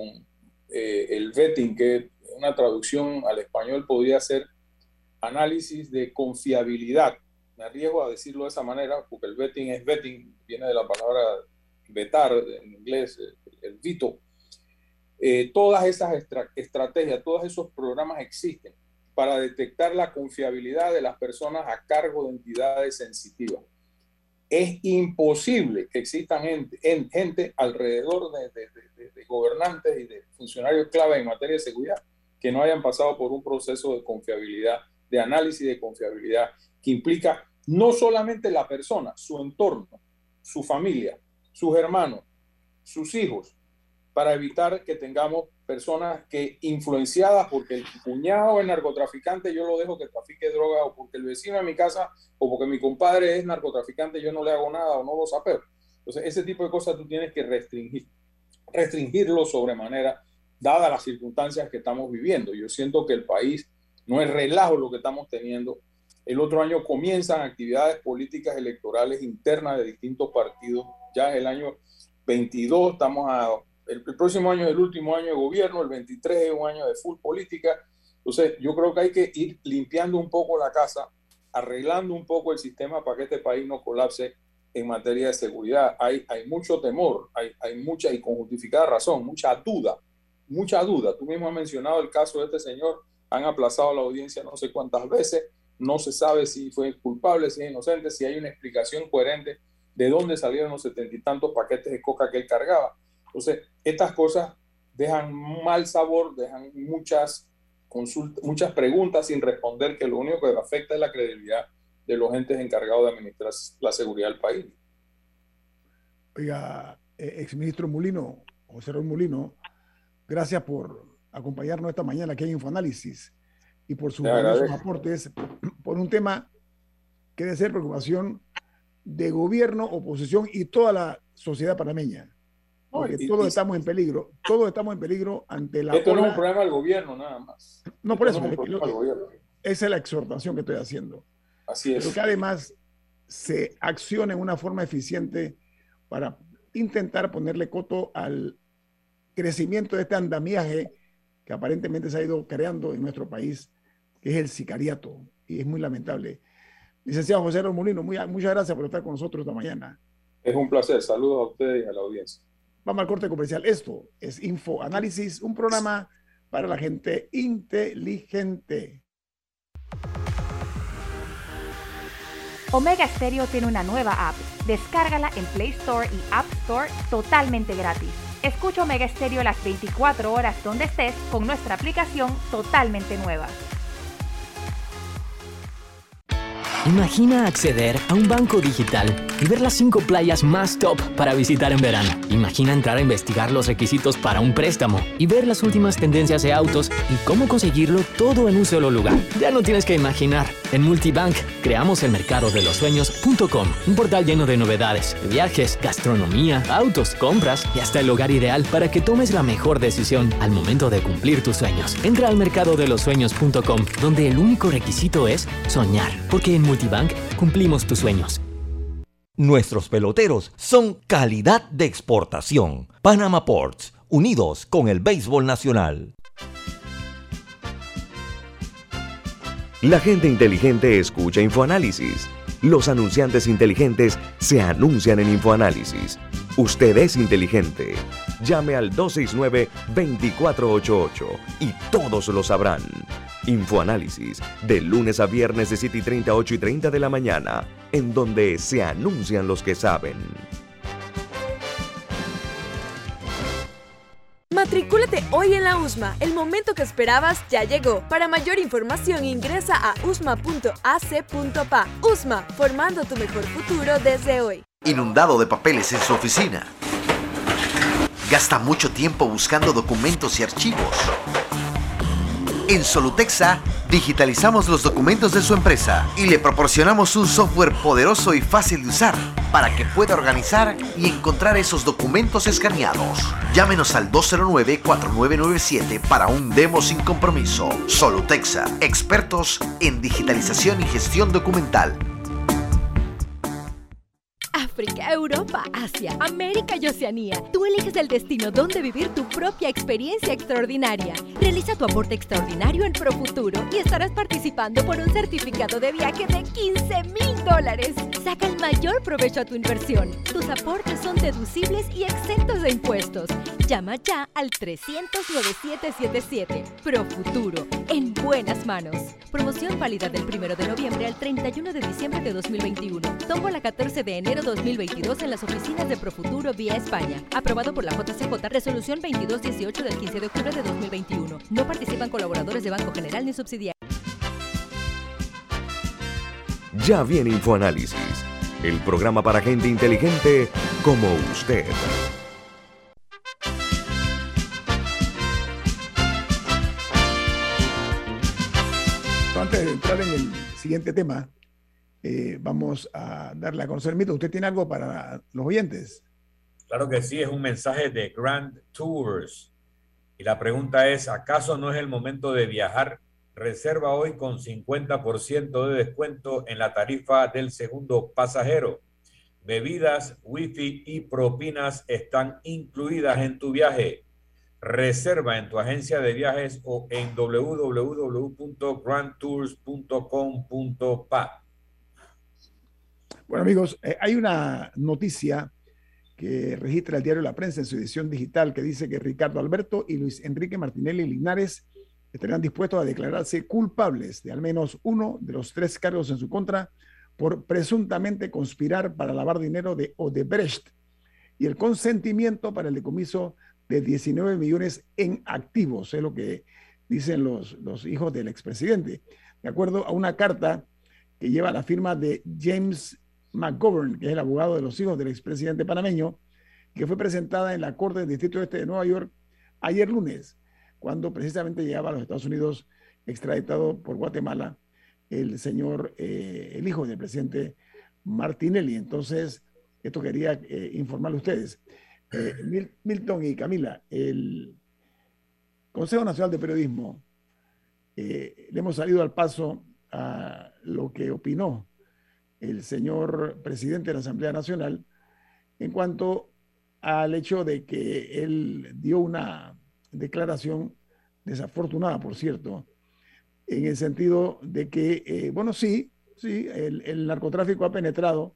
el vetting, que una traducción al español podría ser análisis de confiabilidad. Me arriesgo a decirlo de esa manera porque el vetting, viene de la palabra vetar en inglés, el veto. Todas esas estrategias, todos esos programas existen para detectar la confiabilidad de las personas a cargo de entidades sensitivas. Es imposible que existan gente alrededor de gobernantes y de funcionarios clave en materia de seguridad que no hayan pasado por un proceso de confiabilidad, de análisis de confiabilidad, que implica no solamente la persona, su entorno, su familia, sus hermanos, sus hijos, para evitar que tengamos personas que influenciadas porque el cuñado es narcotraficante, yo lo dejo que trafique droga, o porque el vecino de mi casa, o porque mi compadre es narcotraficante, yo no le hago nada o no lo sapeo. Entonces, ese tipo de cosas tú tienes que restringirlo sobremanera, dadas las circunstancias que estamos viviendo. Yo siento que el país no es relajo lo que estamos teniendo. El otro año comienzan actividades políticas electorales internas de distintos partidos. Ya es el año 22, el próximo año es el último año de gobierno, el 23 es un año de full política. Entonces, yo creo que hay que ir limpiando un poco la casa, arreglando un poco el sistema para que este país no colapse en materia de seguridad. Hay mucho temor, hay mucha, y con justificada razón, mucha duda. Tú mismo has mencionado el caso de este señor, han aplazado la audiencia no sé cuántas veces, no se sabe si fue culpable, si es inocente, si hay una explicación coherente de dónde salieron los 70 y tantos paquetes de coca que él cargaba. Entonces, estas cosas dejan mal sabor, dejan muchas preguntas sin responder, que lo único que afecta es la credibilidad de los entes encargados de administrar la seguridad del país. Oiga, exministro Mulino, José Raúl Mulino, gracias por acompañarnos esta mañana aquí en Infoanálisis y por sus aportes por un tema que debe ser preocupación de gobierno, oposición y toda la sociedad panameña. Porque todos estamos en peligro ante la... Esto no es un problema del gobierno, nada más. No, por eso. Esa es la exhortación que estoy haciendo. Así es. Pero que además se accione en una forma eficiente para intentar ponerle coto al crecimiento de este andamiaje que aparentemente se ha ido creando en nuestro país, que es el sicariato, y es muy lamentable. Licenciado José Raúl Mulino, muchas gracias por estar con nosotros esta mañana. Es un placer. Saludos a ustedes y a la audiencia. Vamos al corte comercial. Esto es Infoanálisis, un programa para la gente inteligente. Omega Stereo tiene una nueva app. Descárgala en Play Store y App Store totalmente gratis. Escucha Omega Stereo las 24 horas donde estés con nuestra aplicación totalmente nueva. Imagina acceder a un banco digital y ver las 5 playas más top para visitar en verano. Imagina entrar a investigar los requisitos para un préstamo y ver las últimas tendencias de autos y cómo conseguirlo todo en un solo lugar. Ya no tienes que imaginar. En Multibank creamos el mercadodelosueños.com, un portal lleno de novedades, viajes, gastronomía, autos, compras y hasta el hogar ideal para que tomes la mejor decisión al momento de cumplir tus sueños. Entra al mercadodelosueños.com, donde el único requisito es soñar, porque en Multibank cumplimos tus sueños. Nuestros peloteros son calidad de exportación. Panama Ports, unidos con el béisbol nacional. La gente inteligente escucha InfoAnálisis. Los anunciantes inteligentes se anuncian en InfoAnálisis. Usted es inteligente. Llame al 269-2488 y todos lo sabrán. InfoAnálisis, de lunes a viernes de 7:30 a 8:30 de la mañana, en donde se anuncian los que saben. Matricúlate hoy en la USMA. El momento que esperabas ya llegó. Para mayor información ingresa a usma.ac.pa. USMA, formando tu mejor futuro desde hoy. Inundado de papeles en su oficina. Gasta mucho tiempo buscando documentos y archivos. En Solutexa, digitalizamos los documentos de su empresa y le proporcionamos un software poderoso y fácil de usar para que pueda organizar y encontrar esos documentos escaneados. Llámenos al 209-4997 para un demo sin compromiso. Solutexa, expertos en digitalización y gestión documental. África, Europa, Asia, América y Oceanía. Tú eliges el destino donde vivir tu propia experiencia extraordinaria. Realiza tu aporte extraordinario en Profuturo y estarás participando por un certificado de viaje de $15,000. Saca el mayor provecho a tu inversión. Tus aportes son deducibles y exentos de impuestos. Llama ya al 300-9777. Profuturo, en buenas manos. Promoción válida del 1 de noviembre al 31 de diciembre de 2021. Tómbola 14 de enero 2022 en las oficinas de Profuturo vía España. Aprobado por la JCJ, resolución 2218 del 15 de octubre de 2021. No participan colaboradores de Banco General ni subsidiarios. Ya viene InfoAnálisis, el programa para gente inteligente como usted. Antes de entrar en el siguiente tema, vamos a darle a conocer Milton. ¿Usted tiene algo para los oyentes? Claro que sí, es un mensaje de Grand Tours. Y la pregunta es, ¿acaso no es el momento de viajar? Reserva hoy con 50% de descuento en la tarifa del segundo pasajero. Bebidas, wifi y propinas están incluidas en tu viaje. Reserva en tu agencia de viajes o en www.grandtours.com.pa. Bueno, amigos, hay una noticia que registra el diario La Prensa en su edición digital que dice que Ricardo Alberto y Luis Enrique Martinelli Linares estarán dispuestos a declararse culpables de al menos uno de los 3 cargos en su contra por presuntamente conspirar para lavar dinero de Odebrecht y el consentimiento para el decomiso de 19 millones en activos, es lo que dicen los hijos del expresidente. De acuerdo a una carta que lleva la firma de James McGovern, que es el abogado de los hijos del expresidente panameño, que fue presentada en la Corte del Distrito Este de Nueva York ayer lunes, cuando precisamente llegaba a los Estados Unidos extraditado por Guatemala el señor, el hijo del presidente Martinelli. Entonces, esto quería informarle a ustedes. Milton y Camila, el Consejo Nacional de Periodismo, le hemos salido al paso a lo que opinó el señor presidente de la Asamblea Nacional en cuanto al hecho de que él dio una declaración desafortunada, por cierto, en el sentido de que, bueno, sí, el narcotráfico ha penetrado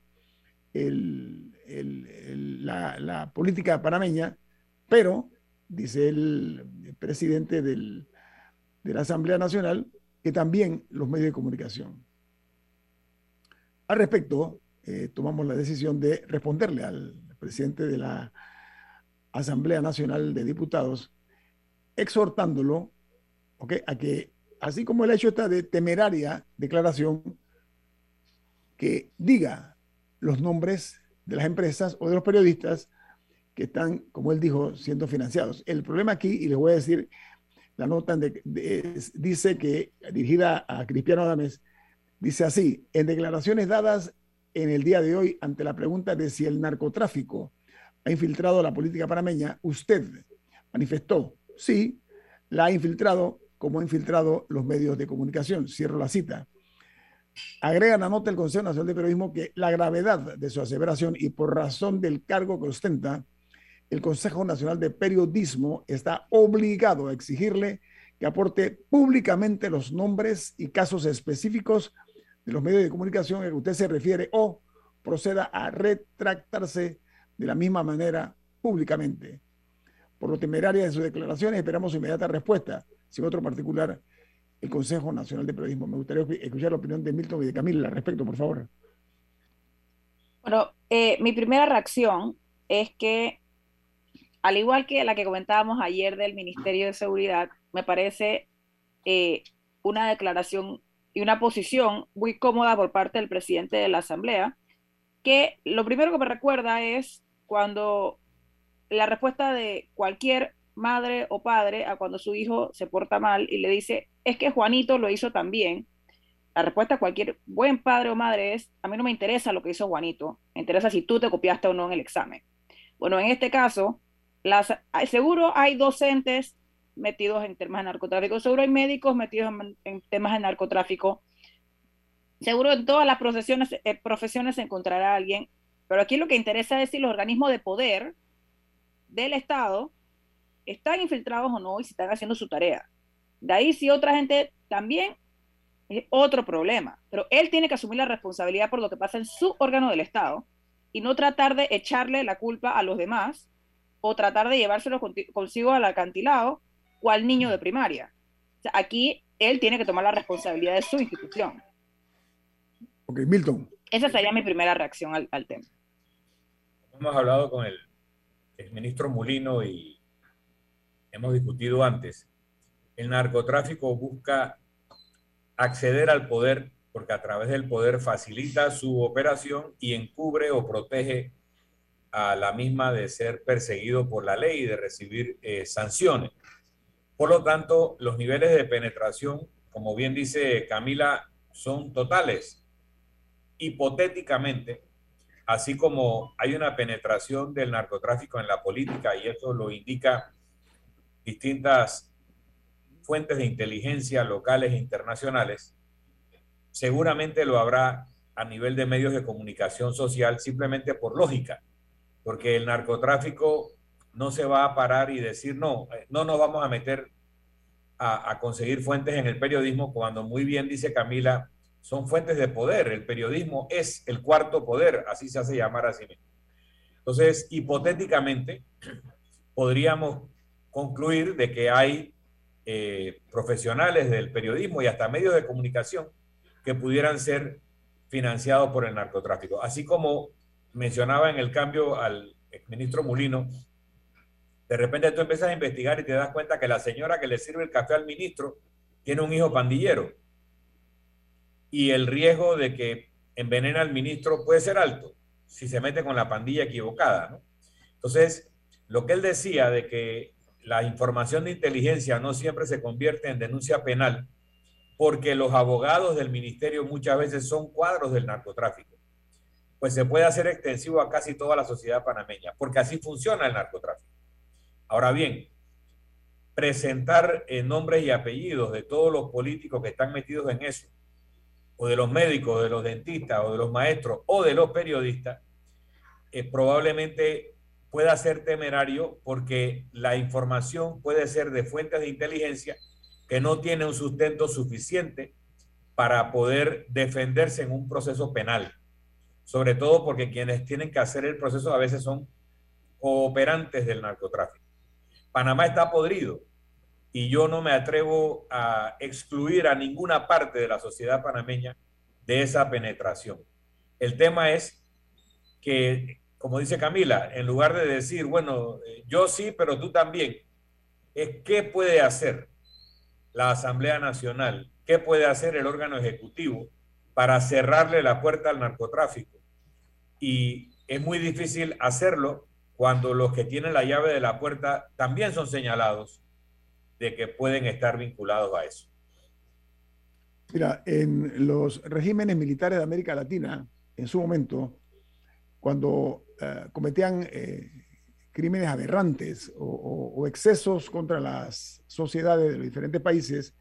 la política panameña, pero, dice el presidente de la Asamblea Nacional, que también los medios de comunicación. Al respecto, tomamos la decisión de responderle al presidente de la Asamblea Nacional de Diputados, exhortándolo, a que, así como él ha hecho esta temeraria declaración, que diga los nombres de las empresas o de los periodistas que están, como él dijo, siendo financiados. El problema aquí, y les voy a decir, la nota dice que, dirigida a Cristiano Adames, dice así: en declaraciones dadas en el día de hoy ante la pregunta de si el narcotráfico ha infiltrado la política panameña, usted manifestó, sí, la ha infiltrado como ha infiltrado los medios de comunicación. Cierro la cita. Agrega la nota del Consejo Nacional de Periodismo que la gravedad de su aseveración y por razón del cargo que ostenta, el Consejo Nacional de Periodismo está obligado a exigirle que aporte públicamente los nombres y casos específicos de los medios de comunicación a que usted se refiere o proceda a retractarse de la misma manera públicamente. Por lo temeraria de sus declaraciones, esperamos su inmediata respuesta. Sin otro particular, el Consejo Nacional de Periodismo. Me gustaría escuchar la opinión de Milton y de Camila al respecto, por favor. Bueno, mi primera reacción es que, al igual que la que comentábamos ayer del Ministerio de Seguridad, me parece una declaración y una posición muy cómoda por parte del presidente de la Asamblea, que lo primero que me recuerda es cuando la respuesta de cualquier madre o padre a cuando su hijo se porta mal y le dice, es que Juanito lo hizo también. La respuesta a cualquier buen padre o madre es, a mí no me interesa lo que hizo Juanito, me interesa si tú te copiaste o no en el examen. Bueno, en este caso, seguro hay docentes metidos en temas de narcotráfico, seguro hay médicos metidos en temas de narcotráfico, seguro en todas las profesiones se encontrará alguien, pero aquí lo que interesa es si los organismos de poder del Estado están infiltrados o no y si están haciendo su tarea. De ahí si otra gente también es otro problema, pero él tiene que asumir la responsabilidad por lo que pasa en su órgano del Estado y no tratar de echarle la culpa a los demás o tratar de llevárselo consigo al acantilado o al niño de primaria. O sea, aquí él tiene que tomar la responsabilidad de su institución. Ok, Milton. Esa sería mi primera reacción al tema. Hemos hablado con el exministro Mulino y hemos discutido antes. El narcotráfico busca acceder al poder porque a través del poder facilita su operación y encubre o protege a la misma de ser perseguido por la ley y de recibir sanciones. Por lo tanto, los niveles de penetración, como bien dice Camila, son totales. Hipotéticamente, así como hay una penetración del narcotráfico en la política, y eso lo indica distintas fuentes de inteligencia locales e internacionales, seguramente lo habrá a nivel de medios de comunicación social simplemente por lógica, porque el narcotráfico no se va a parar y decir no nos vamos a meter a conseguir fuentes en el periodismo cuando muy bien dice Camila, son fuentes de poder. El periodismo es el cuarto poder, así se hace llamar a sí mismo. Entonces, hipotéticamente, podríamos concluir de que hay profesionales del periodismo y hasta medios de comunicación que pudieran ser financiados por el narcotráfico. Así como mencionaba en el cambio al exministro Mulino, de repente tú empiezas a investigar y te das cuenta que la señora que le sirve el café al ministro tiene un hijo pandillero. Y el riesgo de que envenene al ministro puede ser alto si se mete con la pandilla equivocada, ¿no? Entonces, lo que él decía de que la información de inteligencia no siempre se convierte en denuncia penal porque los abogados del ministerio muchas veces son cuadros del narcotráfico, pues se puede hacer extensivo a casi toda la sociedad panameña, porque así funciona el narcotráfico. Ahora bien, presentar nombres y apellidos de todos los políticos que están metidos en eso, o de los médicos, de los dentistas, o de los maestros, o de los periodistas, probablemente pueda ser temerario porque la información puede ser de fuentes de inteligencia que no tienen un sustento suficiente para poder defenderse en un proceso penal. Sobre todo porque quienes tienen que hacer el proceso a veces son cooperantes del narcotráfico. Panamá está podrido y yo no me atrevo a excluir a ninguna parte de la sociedad panameña de esa penetración. El tema es que, como dice Camila, en lugar de decir, bueno, yo sí, pero tú también, es qué puede hacer la Asamblea Nacional, qué puede hacer el órgano ejecutivo para cerrarle la puerta al narcotráfico. Y es muy difícil hacerlo cuando los que tienen la llave de la puerta también son señalados de que pueden estar vinculados a eso. Mira, en los regímenes militares de América Latina, en su momento, cuando cometían crímenes aberrantes o excesos contra las sociedades de los diferentes países,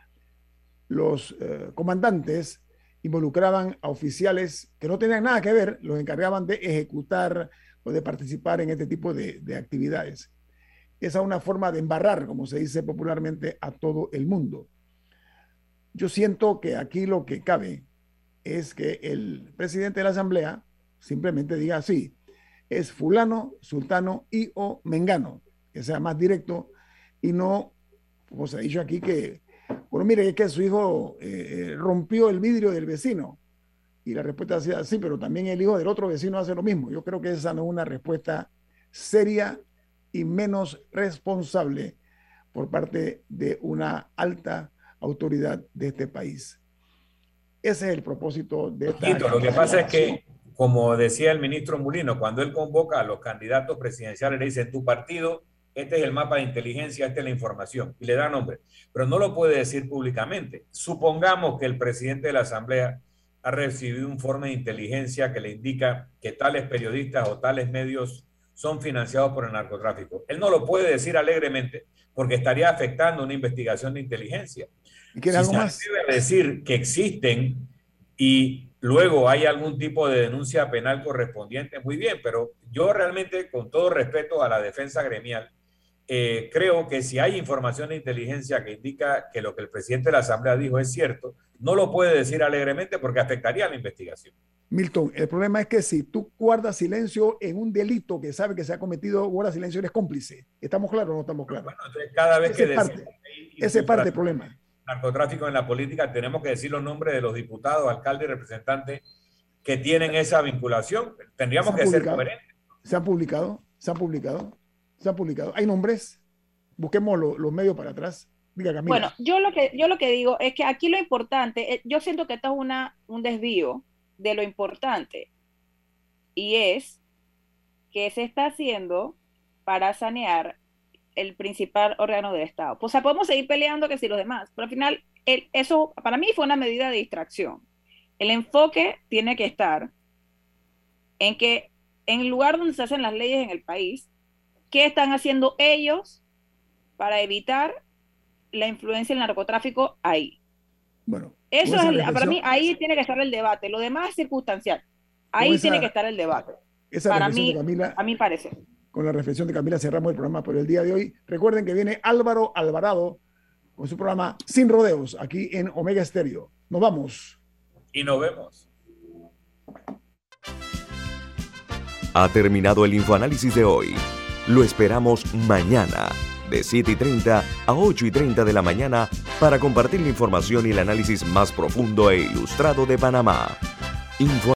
los comandantes involucraban a oficiales que no tenían nada que ver, los encargaban de ejecutar o de participar en este tipo de actividades. Esa es una forma de embarrar, como se dice popularmente, a todo el mundo. Yo siento que aquí lo que cabe es que el presidente de la Asamblea simplemente diga así, es fulano, sultano y o mengano, que sea más directo y no, como se ha dicho aquí, que, bueno, mire, es que su hijo rompió el vidrio del vecino. Y la respuesta sea sí, pero también el hijo del otro vecino hace lo mismo. Yo creo que esa no es una respuesta seria y menos responsable por parte de una alta autoridad de este país. Ese es el propósito de esta... Lo que pasa es que, como decía el ministro Mulino, cuando él convoca a los candidatos presidenciales, le dice, en tu partido, este es el mapa de inteligencia, esta es la información, y le da nombre, pero no lo puede decir públicamente. Supongamos que el presidente de la Asamblea ha recibido un informe de inteligencia que le indica que tales periodistas o tales medios son financiados por el narcotráfico. Él no lo puede decir alegremente porque estaría afectando una investigación de inteligencia. ¿Y quiere algo más? Se debe decir que existen y luego hay algún tipo de denuncia penal correspondiente, muy bien, pero yo realmente, con todo respeto a la defensa gremial, creo que si hay información de inteligencia que indica que lo que el presidente de la Asamblea dijo es cierto, no lo puede decir alegremente porque afectaría a la investigación. Milton, el problema es que si tú guardas silencio en un delito que sabe que se ha cometido, guardas silencio, eres cómplice. ¿Estamos claros o no estamos claros? Bueno, entonces cada vez que decimos ese es parte del problema. Narcotráfico en la política, tenemos que decir los nombres de los diputados, alcaldes y representantes que tienen esa vinculación. Tendríamos que ser coherentes. ¿Se han publicado? ¿Hay nombres? Busquemos los medios para atrás. Diga, Camila. Bueno, yo lo que digo es que aquí lo importante, yo siento que esto es un desvío de lo importante, y es que se está haciendo para sanear el principal órgano del Estado. O sea, podemos seguir peleando que si los demás, pero al final eso para mí fue una medida de distracción. El enfoque tiene que estar en que en el lugar donde se hacen las leyes en el país, ¿qué están haciendo ellos para evitar la influencia del narcotráfico ahí? Bueno, eso es para mí, ahí tiene que estar el debate. Lo demás es circunstancial. Ahí tiene que estar el debate. Para mí, Camila, a mí parece. Con la reflexión de Camila cerramos el programa por el día de hoy. Recuerden que viene Álvaro Alvarado con su programa Sin Rodeos aquí en Omega Estéreo. Nos vamos. Y nos vemos. Ha terminado el infoanálisis de hoy. Lo esperamos mañana de 7:30 a 8:30 de la mañana para compartir la información y el análisis más profundo e ilustrado de Panamá.